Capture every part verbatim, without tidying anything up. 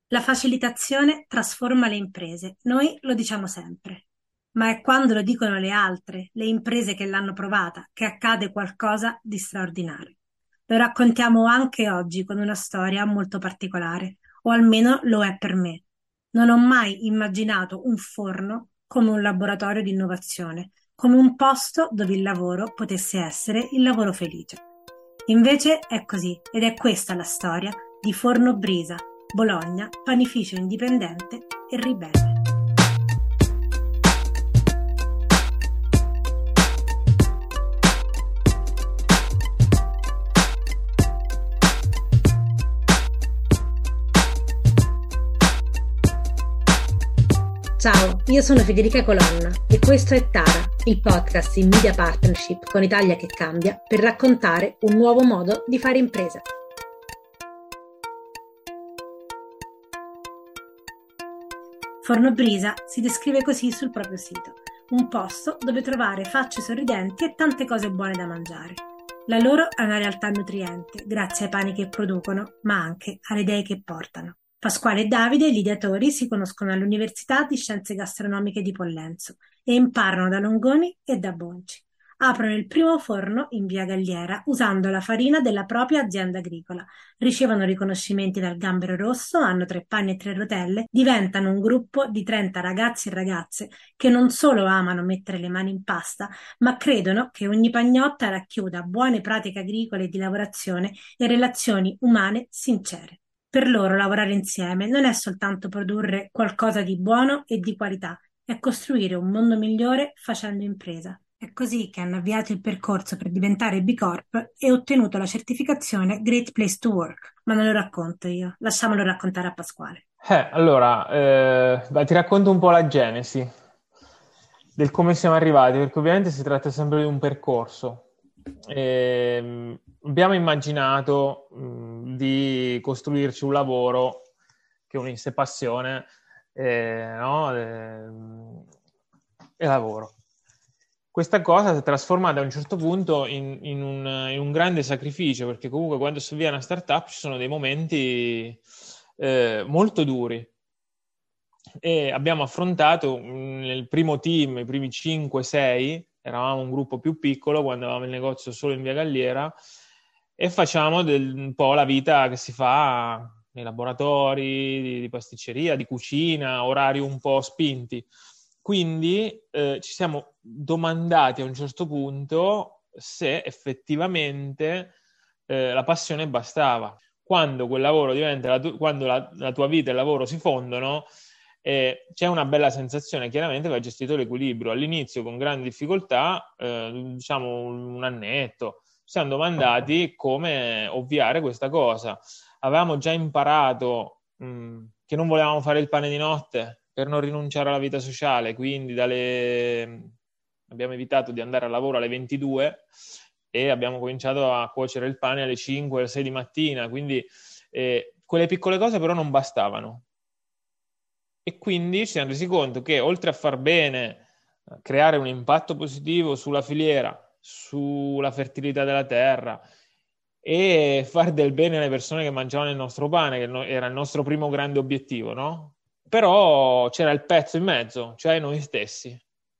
La facilitazione trasforma le imprese, noi lo diciamo sempre, ma è quando lo dicono le altre, le imprese che l'hanno provata, che accade qualcosa di straordinario. Lo raccontiamo anche oggi con una storia molto particolare, o almeno lo è per me. Non ho mai immaginato un forno come un laboratorio di innovazione, come un posto dove il lavoro potesse essere il lavoro felice. Invece è così, ed è questa la storia di Forno Brisa, Bologna, panificio indipendente e ribelle. Ciao, io sono Federica Colonna e questo è Tara, il podcast in media partnership con Italia che cambia per raccontare un nuovo modo di fare impresa. Forno Brisa si descrive così sul proprio sito, un posto dove trovare facce sorridenti e tante cose buone da mangiare. La loro è una realtà nutriente, grazie ai pani che producono, ma anche alle idee che portano. Pasquale e Davide, gli ideatori, si conoscono all'Università di Scienze Gastronomiche di Pollenzo e imparano da Longoni e da Bonci. Aprono il primo forno in via Galliera usando la farina della propria azienda agricola. Ricevono riconoscimenti dal Gambero Rosso, hanno tre panni e tre rotelle, diventano un gruppo di trenta ragazzi e ragazze che non solo amano mettere le mani in pasta, ma credono che ogni pagnotta racchiuda buone pratiche agricole e di lavorazione e relazioni umane sincere. Per loro lavorare insieme non è soltanto produrre qualcosa di buono e di qualità, è costruire un mondo migliore facendo impresa. È così che hanno avviato il percorso per diventare B Corp e ottenuto la certificazione Great Place to Work. Ma non lo racconto io, lasciamolo raccontare a Pasquale. Eh, allora, eh, dai, ti racconto un po' la genesi del come siamo arrivati, perché ovviamente si tratta sempre di un percorso. Ehm, abbiamo immaginato mh, di costruirci un lavoro che unisse passione eh, no? e, e lavoro. Questa cosa si è trasformata a un certo punto in, in un, in un grande sacrificio, perché comunque quando si avvia una startup ci sono dei momenti eh, molto duri. E abbiamo affrontato mh, nel primo team, i primi cinque sei, eravamo un gruppo più piccolo quando avevamo il negozio solo in via Galliera, e facciamo del, un po' la vita che si fa nei laboratori di, di pasticceria, di cucina, orari un po' spinti. Quindi eh, ci siamo domandati a un certo punto se effettivamente eh, la passione bastava. Quando quel lavoro diventa, la tu- quando la, la tua vita e il lavoro si fondono, eh, c'è una bella sensazione. Chiaramente va gestito l'equilibrio. All'inizio, con grandi difficoltà, eh, diciamo un, un annetto, ci siamo domandati come ovviare questa cosa. Avevamo già imparato mh, che non volevamo fare il pane di notte per non rinunciare alla vita sociale, quindi dalle... abbiamo evitato di andare a lavoro alle ventidue e abbiamo cominciato a cuocere il pane alle cinque, alle sei di mattina, quindi eh, quelle piccole cose però non bastavano. E quindi ci siamo resi conto che oltre a far bene, creare un impatto positivo sulla filiera, sulla fertilità della terra e fare del bene alle persone che mangiavano il nostro pane, che era il nostro primo grande obiettivo, no? Però c'era il pezzo in mezzo, cioè noi stessi,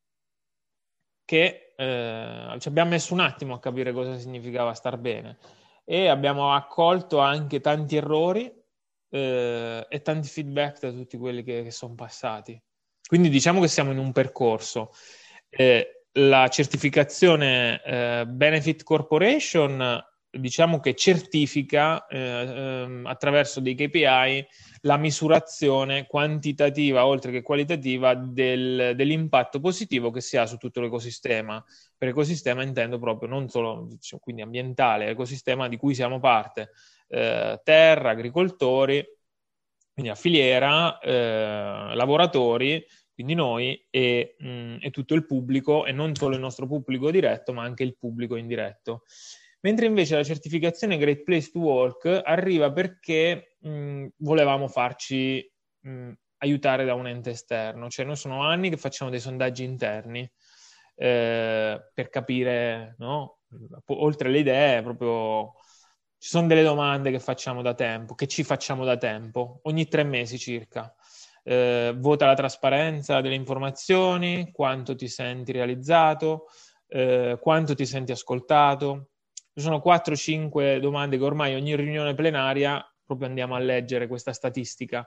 che eh, ci abbiamo messo un attimo a capire cosa significava star bene e abbiamo accolto anche tanti errori eh, e tanti feedback da tutti quelli che, che sono passati. Quindi diciamo che siamo in un percorso. Eh, la certificazione eh, Benefit Corporation diciamo che certifica eh, ehm, attraverso dei K P I la misurazione quantitativa oltre che qualitativa del, dell'impatto positivo che si ha su tutto l'ecosistema. Per ecosistema intendo proprio non solo diciamo, quindi ambientale, ecosistema di cui siamo parte, eh, terra, agricoltori, quindi a filiera, eh, lavoratori, quindi noi e, mh, e tutto il pubblico, e non solo il nostro pubblico diretto, ma anche il pubblico indiretto. Mentre invece la certificazione Great Place to Work arriva perché mh, volevamo farci mh, aiutare da un ente esterno. Cioè noi sono anni che facciamo dei sondaggi interni eh, per capire, no? Oltre alle idee, proprio ci sono delle domande che facciamo da tempo, che ci facciamo da tempo, ogni tre mesi circa. Eh, vota la trasparenza delle informazioni, quanto ti senti realizzato, eh, quanto ti senti ascoltato. Ci sono quattro cinque domande che ormai ogni riunione plenaria proprio andiamo a leggere questa statistica.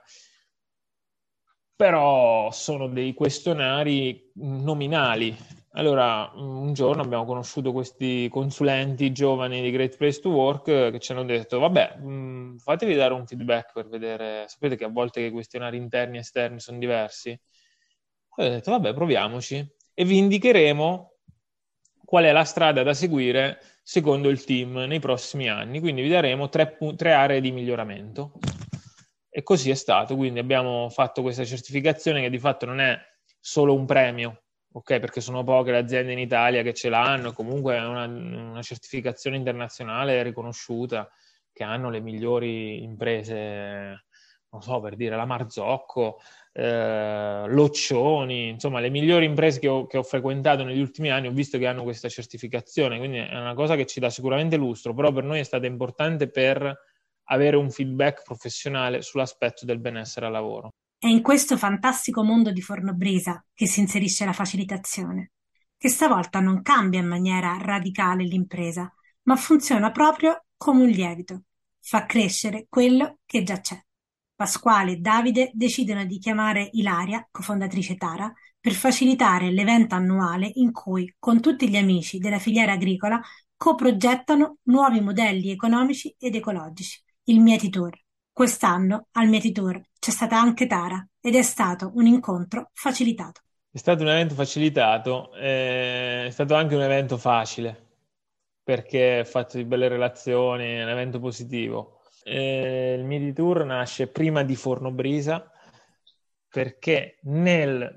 Però sono dei questionari nominali. Allora, un giorno abbiamo conosciuto questi consulenti giovani di Great Place to Work che ci hanno detto, vabbè, mh, fatevi dare un feedback per vedere, sapete che a volte i questionari interni e esterni sono diversi? E ho detto, vabbè, proviamoci e vi indicheremo qual è la strada da seguire secondo il team nei prossimi anni. Quindi vi daremo tre, tre aree di miglioramento. E così è stato, quindi abbiamo fatto questa certificazione che di fatto non è solo un premio, ok? Perché sono poche le aziende in Italia che ce l'hanno, comunque è una, una certificazione internazionale riconosciuta, che hanno le migliori imprese, non so, per dire la Marzocco, eh, Loccioni, insomma le migliori imprese che ho, che ho frequentato negli ultimi anni ho visto che hanno questa certificazione, quindi è una cosa che ci dà sicuramente lustro, però per noi è stata importante per avere un feedback professionale sull'aspetto del benessere al lavoro. È in questo fantastico mondo di Fornobrisa che si inserisce la facilitazione, che stavolta non cambia in maniera radicale l'impresa, ma funziona proprio come un lievito. Fa crescere quello che già c'è. Pasquale e Davide decidono di chiamare Ilaria, cofondatrice Tara, per facilitare l'evento annuale in cui, con tutti gli amici della filiera agricola, coprogettano nuovi modelli economici ed ecologici, il Mieti Tour. Quest'anno al Mieti Tour c'è stata anche Tara ed è stato un incontro facilitato. È stato un evento facilitato, eh, è stato anche un evento facile, perché è fatto di belle relazioni, è un evento positivo. Eh, il Mieti Tour nasce prima di Fornobrisa, perché nel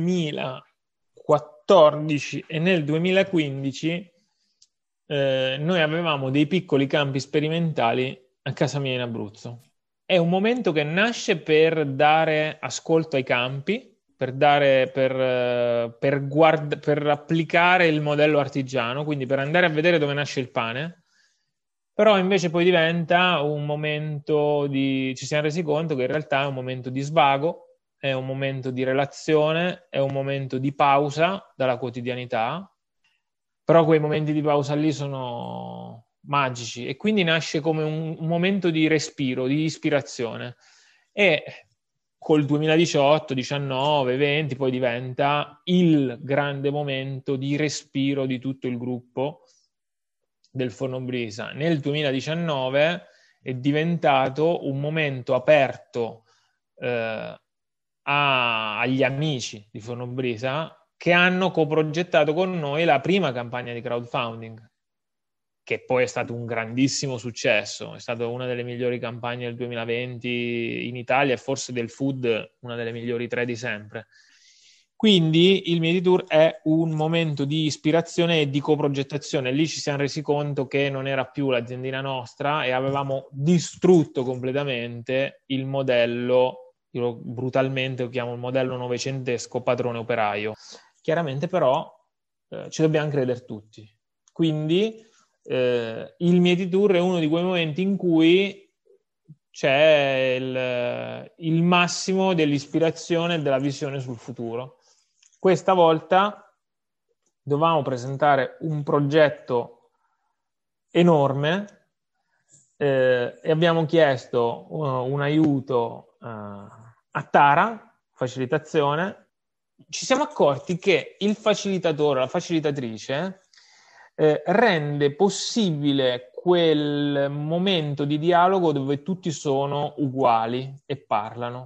duemilaquattordici e nel duemilaquindici eh, noi avevamo dei piccoli campi sperimentali a casa mia in Abruzzo. È un momento che nasce per dare ascolto ai campi, per, dare, per, per, guard- per applicare il modello artigiano, quindi per andare a vedere dove nasce il pane, però invece poi diventa un momento di... ci siamo resi conto che in realtà è un momento di svago, è un momento di relazione, è un momento di pausa dalla quotidianità, però quei momenti di pausa lì sono magici e quindi nasce come un, un momento di respiro, di ispirazione e col duemiladiciotto, diciannove, venti poi diventa il grande momento di respiro di tutto il gruppo del Fornobrisa. Nel duemiladiciannove è diventato un momento aperto eh, a, agli amici di Fornobrisa che hanno coprogettato con noi la prima campagna di crowdfunding, che poi è stato un grandissimo successo, è stata una delle migliori campagne del duemilaventi in Italia e forse del food una delle migliori tre di sempre. Quindi il Mieti Tour è un momento di ispirazione e di coprogettazione. Lì ci siamo resi conto che non era più l'aziendina nostra e avevamo distrutto completamente il modello, io brutalmente lo chiamo il modello novecentesco padrone operaio. Chiaramente però eh, ci dobbiamo credere tutti. Quindi eh, il Mieti Tour è uno di quei momenti in cui c'è il, il massimo dell'ispirazione e della visione sul futuro. Questa volta dovevamo presentare un progetto enorme eh, e abbiamo chiesto uh, un aiuto uh, a Tara, facilitazione. Ci siamo accorti che il facilitatore, la facilitatrice, eh, rende possibile quel momento di dialogo dove tutti sono uguali e parlano.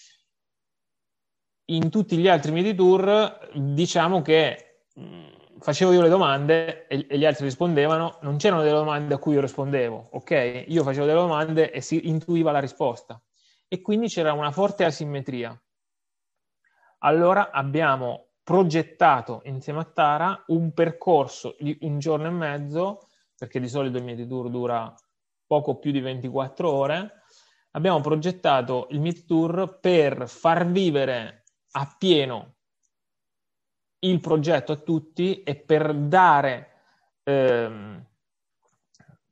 In tutti gli altri Mieti Tour diciamo che mh, facevo io le domande e, e gli altri rispondevano, non c'erano delle domande a cui io rispondevo, ok? Io facevo delle domande e si intuiva la risposta e quindi c'era una forte asimmetria. Allora abbiamo progettato insieme a Tara un percorso di un giorno e mezzo, perché di solito il Mieti Tour dura poco più di ventiquattro ore. Abbiamo progettato il Mieti Tour per far vivere appieno il progetto a tutti e per dare ehm,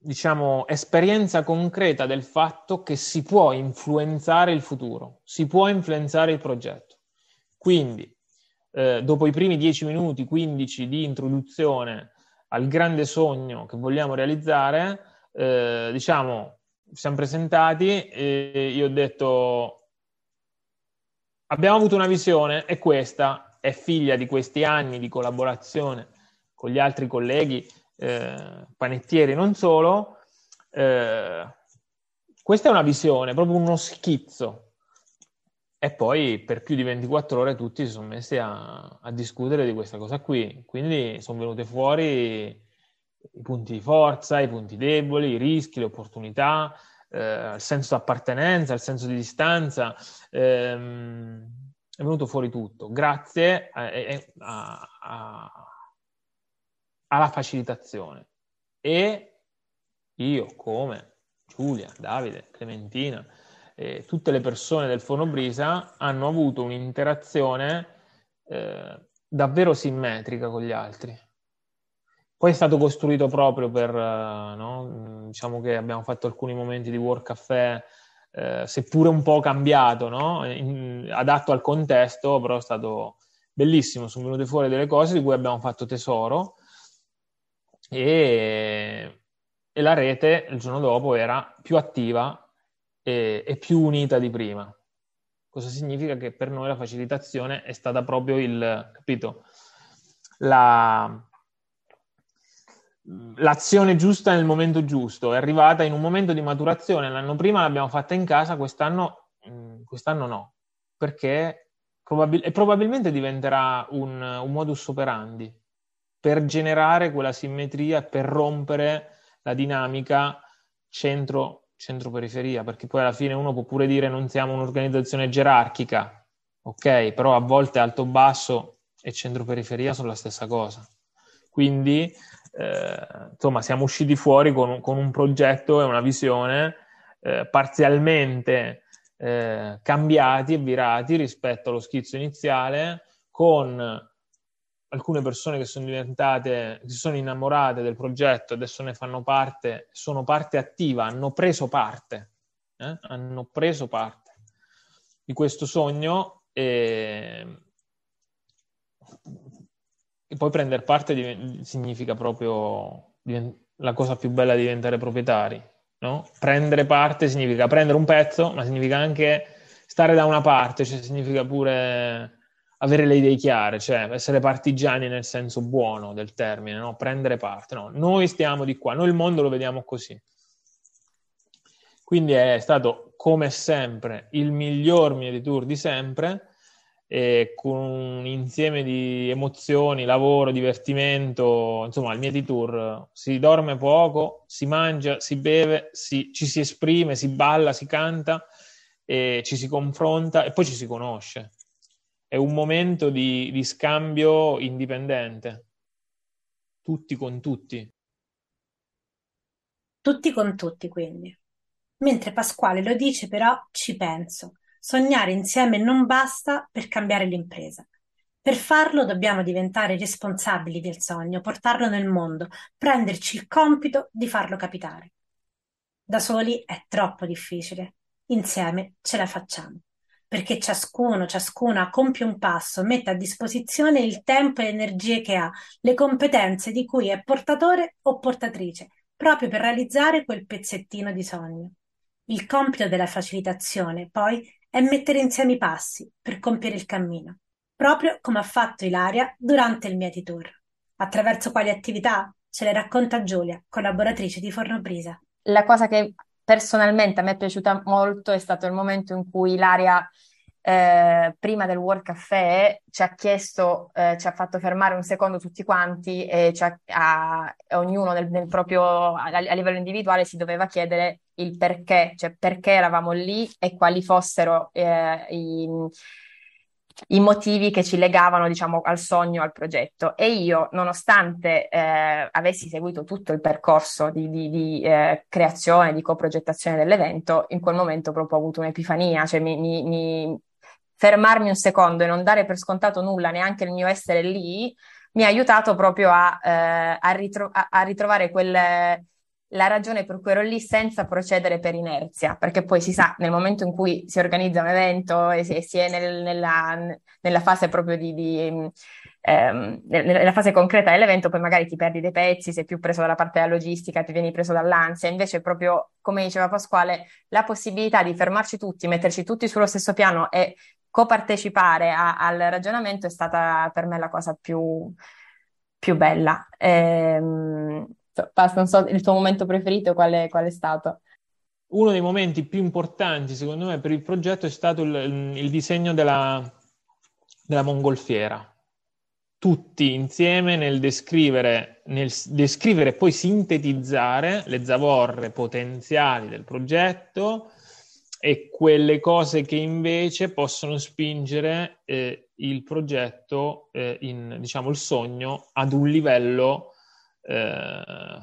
diciamo, esperienza concreta del fatto che si può influenzare il futuro, si può influenzare il progetto. Quindi, eh, dopo i primi dieci minuti, quindici di introduzione al grande sogno che vogliamo realizzare, eh, diciamo, siamo presentati e io ho detto: abbiamo avuto una visione e questa è figlia di questi anni di collaborazione con gli altri colleghi, eh, panettieri non solo. Eh, questa è una visione, proprio uno schizzo. E poi per più di ventiquattro ore tutti si sono messi a, a discutere di questa cosa qui. Quindi sono venute fuori i punti di forza, i punti deboli, i rischi, le opportunità, eh, il senso di appartenenza, il senso di distanza. Ehm, è venuto fuori tutto, grazie a, a, a, alla facilitazione. E io, come Giulia, Davide, Clementina, eh, tutte le persone del Forno Brisa hanno avuto un'interazione eh, davvero simmetrica con gli altri. Poi è stato costruito proprio per, uh, no? Diciamo che abbiamo fatto alcuni momenti di work caffè, eh, seppure un po' cambiato, no? In, adatto al contesto, però è stato bellissimo. Sono venute fuori delle cose di cui abbiamo fatto tesoro e, e la rete il giorno dopo era più attiva e, e più unita di prima. Cosa significa? Che per noi la facilitazione è stata proprio il, capito, la, l'azione giusta nel momento giusto. È arrivata in un momento di maturazione. L'anno prima l'abbiamo fatta in casa, quest'anno, quest'anno no, perché probabil- e probabilmente diventerà un, un modus operandi per generare quella simmetria, per rompere la dinamica centro centro-periferia, perché poi alla fine uno può pure dire non siamo un'organizzazione gerarchica, ok, però a volte alto-basso e centro-periferia sono la stessa cosa. Quindi, eh, insomma, siamo usciti fuori con, con un progetto e una visione eh, parzialmente eh, cambiati e virati rispetto allo schizzo iniziale, con alcune persone che sono diventate, si sono innamorate del progetto, adesso ne fanno parte, sono parte attiva, hanno preso parte, eh? hanno preso parte di questo sogno e, e poi prendere parte di, significa proprio la cosa più bella di diventare proprietari, no? Prendere parte significa prendere un pezzo, ma significa anche stare da una parte, cioè significa pure avere le idee chiare, cioè essere partigiani nel senso buono del termine, no? Prendere parte, no? Noi stiamo di qua, noi il mondo lo vediamo così. Quindi è stato, come sempre, il miglior Mieti Tour di sempre, e con un insieme di emozioni, lavoro, divertimento. Insomma, al Mieti Tour si dorme poco, si mangia, si beve, si, ci si esprime, si balla, si canta, e ci si confronta e poi ci si conosce. È un momento di, di scambio indipendente, tutti con tutti. Tutti con tutti, quindi. Mentre Pasquale lo dice, però ci penso. Sognare insieme non basta per cambiare l'impresa. Per farlo dobbiamo diventare responsabili del sogno, portarlo nel mondo, prenderci il compito di farlo capitare. Da soli è troppo difficile. Insieme ce la facciamo. Perché ciascuno, ciascuna compie un passo, mette a disposizione il tempo e le energie che ha, le competenze di cui è portatore o portatrice, proprio per realizzare quel pezzettino di sogno. Il compito della facilitazione, poi, è mettere insieme i passi per compiere il cammino, proprio come ha fatto Ilaria durante il Mieti Tour. Attraverso quali attività? Ce le racconta Giulia, collaboratrice di Fornobrisa. La cosa che personalmente a me è piaciuta molto è stato il momento in cui Ilaria, eh, prima del World Café, ci ha chiesto, eh, ci ha fatto fermare un secondo tutti quanti e ci ha, ha- ognuno nel, nel proprio, a, a livello individuale si doveva chiedere il perché, cioè perché eravamo lì e quali fossero eh, i, i motivi che ci legavano, diciamo, al sogno, al progetto. E io, nonostante eh, avessi seguito tutto il percorso di, di- di, eh, creazione, di coprogettazione dell'evento, in quel momento proprio ho avuto un'epifania, cioè mi, mi- mi- fermarmi un secondo e non dare per scontato nulla, neanche il mio essere lì, mi ha aiutato proprio a, eh, a ritro- a- a ritrovare quel la ragione per cui ero lì senza procedere per inerzia, perché poi si sa, nel momento in cui si organizza un evento e si, e si è nel- nella, nella fase proprio di, di, ehm, nella fase concreta dell'evento, poi magari ti perdi dei pezzi, sei più preso dalla parte della logistica, ti vieni preso dall'ansia, invece proprio, come diceva Pasquale, la possibilità di fermarci tutti, metterci tutti sullo stesso piano e copartecipare a- al ragionamento è stata per me la cosa più, più bella. Ehm, Pas, non so, il tuo momento preferito qual è, qual è stato? Uno dei momenti più importanti, secondo me, per il progetto è stato il, il disegno della, della mongolfiera. Tutti insieme nel descrivere, nel descrivere e poi sintetizzare le zavorre potenziali del progetto e quelle cose che invece possono spingere eh, il progetto, eh, in, diciamo, il sogno ad un livello eh,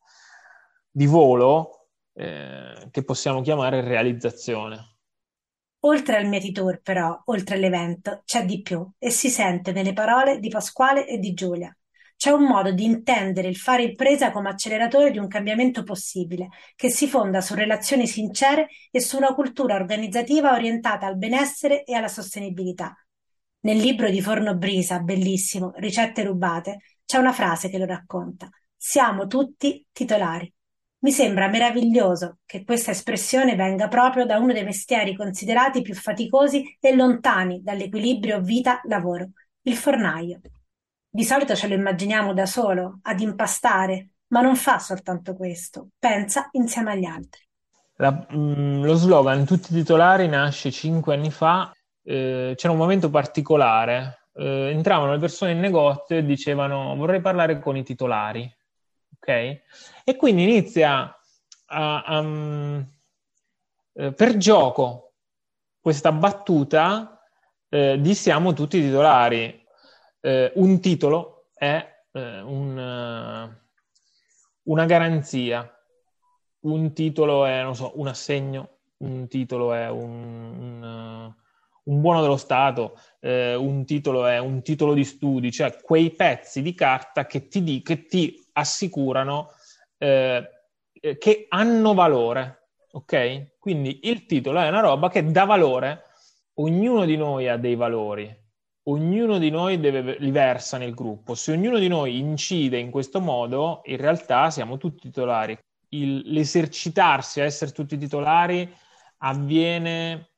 di volo eh, che possiamo chiamare realizzazione. Oltre al mietitor, però, oltre all'evento, c'è di più e si sente nelle parole di Pasquale e di Giulia. C'è un modo di intendere il fare impresa come acceleratore di un cambiamento possibile, che si fonda su relazioni sincere e su una cultura organizzativa orientata al benessere e alla sostenibilità. Nel libro di Forno Brisa, bellissimo, Ricette rubate, c'è una frase che lo racconta. Siamo tutti titolari. Mi sembra meraviglioso che questa espressione venga proprio da uno dei mestieri considerati più faticosi e lontani dall'equilibrio vita-lavoro, il fornaio. Di solito ce lo immaginiamo da solo, ad impastare, ma non fa soltanto questo, pensa insieme agli altri. La, mh, lo slogan Tutti titolari nasce cinque anni fa. Eh, c'era un momento particolare. Eh, entravano le persone in negozio e dicevano vorrei parlare con i titolari. Ok? E quindi inizia a, a, eh, per gioco questa battuta eh, di siamo tutti titolari. Eh, un titolo è eh, un, uh, una garanzia. Un titolo è, non so, un assegno, un titolo è un, un, uh, un buono dello Stato, eh, un titolo è un titolo di studi, cioè quei pezzi di carta che ti, di, che ti assicurano eh, che hanno valore, ok? Quindi il titolo è una roba che dà valore, ognuno di noi ha dei valori, ognuno di noi deve, li versa nel gruppo, se ognuno di noi incide in questo modo, in realtà siamo tutti titolari. Il, l'esercitarsi a essere tutti titolari avviene,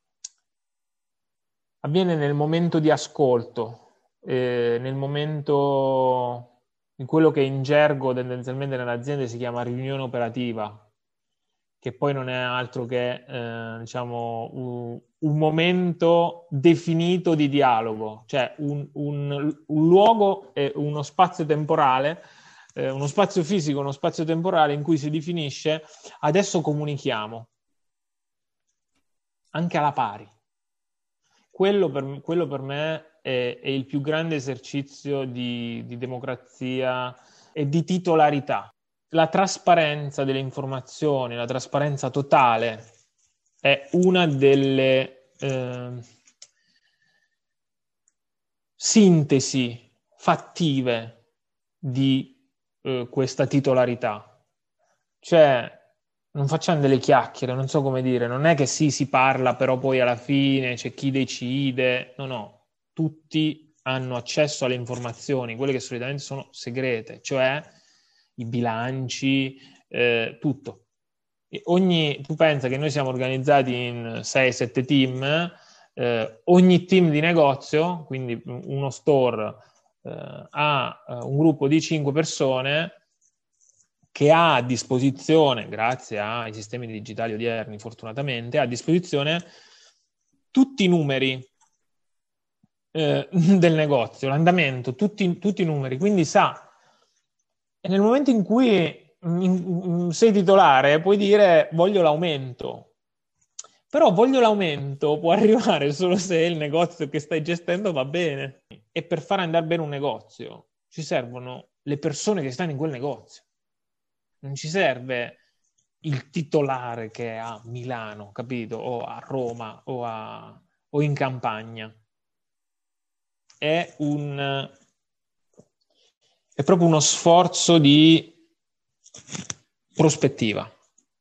avviene nel momento di ascolto, eh, nel momento in quello che in gergo tendenzialmente nelle aziende si chiama riunione operativa, che poi non è altro che eh, diciamo un, un momento definito di dialogo, cioè un, un, un luogo e uno spazio temporale, eh, uno spazio fisico, uno spazio temporale in cui si definisce adesso comunichiamo, anche alla pari. Quello per, quello per me è, è il più grande esercizio di, di democrazia e di titolarità. La trasparenza delle informazioni, la trasparenza totale è una delle eh, sintesi fattive di eh, questa titolarità. Cioè, non facciamo delle chiacchiere, non so come dire, non è che sì, si parla, però poi alla fine c'è chi decide. No, no, tutti hanno accesso alle informazioni, quelle che solitamente sono segrete, cioè i bilanci, eh, tutto. E ogni, tu pensa che noi siamo organizzati in sei sette team, eh, ogni team di negozio, quindi uno store, eh, ha eh, un gruppo di cinque persone che ha a disposizione, grazie ai sistemi digitali odierni, fortunatamente, ha a disposizione tutti i numeri eh, del negozio, l'andamento, tutti, tutti i numeri, quindi sa. E nel momento in cui in, in, sei titolare, puoi dire voglio l'aumento. Però voglio l'aumento può arrivare solo se il negozio che stai gestendo va bene. E per far andare bene un negozio ci servono le persone che stanno in quel negozio. Non ci serve il titolare che è a Milano, capito? O a Roma o, a, o in campagna. È un è proprio uno sforzo di prospettiva.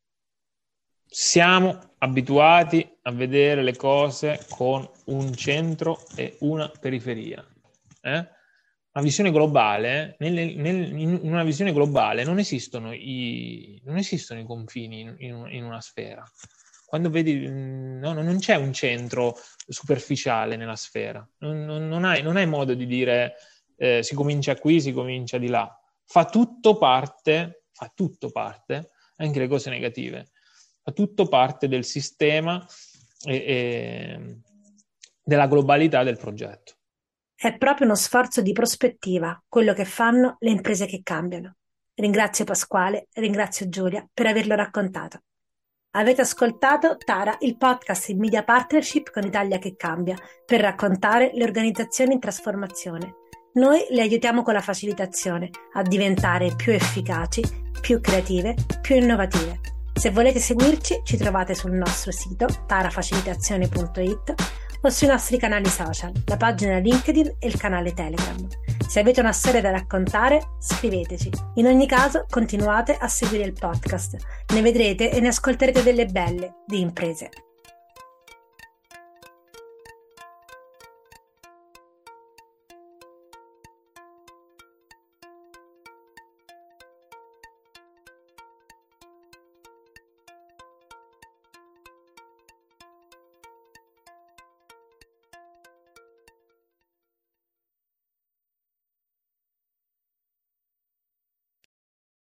Siamo abituati a vedere le cose con un centro e una periferia. Eh? Una visione globale, nel, nel, in una visione globale non esistono i, non esistono i confini in, in, in una sfera. Quando vedi, no, non c'è un centro superficiale nella sfera, non, non, non, hai, non hai modo di dire eh, si comincia qui, si comincia di là. Fa tutto parte, fa tutto parte, anche le cose negative, fa tutto parte del sistema e, e della globalità del progetto. È proprio uno sforzo di prospettiva quello che fanno le imprese che cambiano. Ringrazio Pasquale, ringrazio Giulia per averlo raccontato. Avete ascoltato Tara, il podcast in media partnership con Italia che cambia, per raccontare le organizzazioni in trasformazione. Noi le aiutiamo con la facilitazione a diventare più efficaci, più creative, più innovative. Se volete seguirci, ci trovate sul nostro sito tarafacilitazione punto it o sui nostri canali social, la pagina LinkedIn e il canale Telegram. Se avete una storia da raccontare, scriveteci. In ogni caso, continuate a seguire il podcast. Ne vedrete e ne ascolterete delle belle di imprese.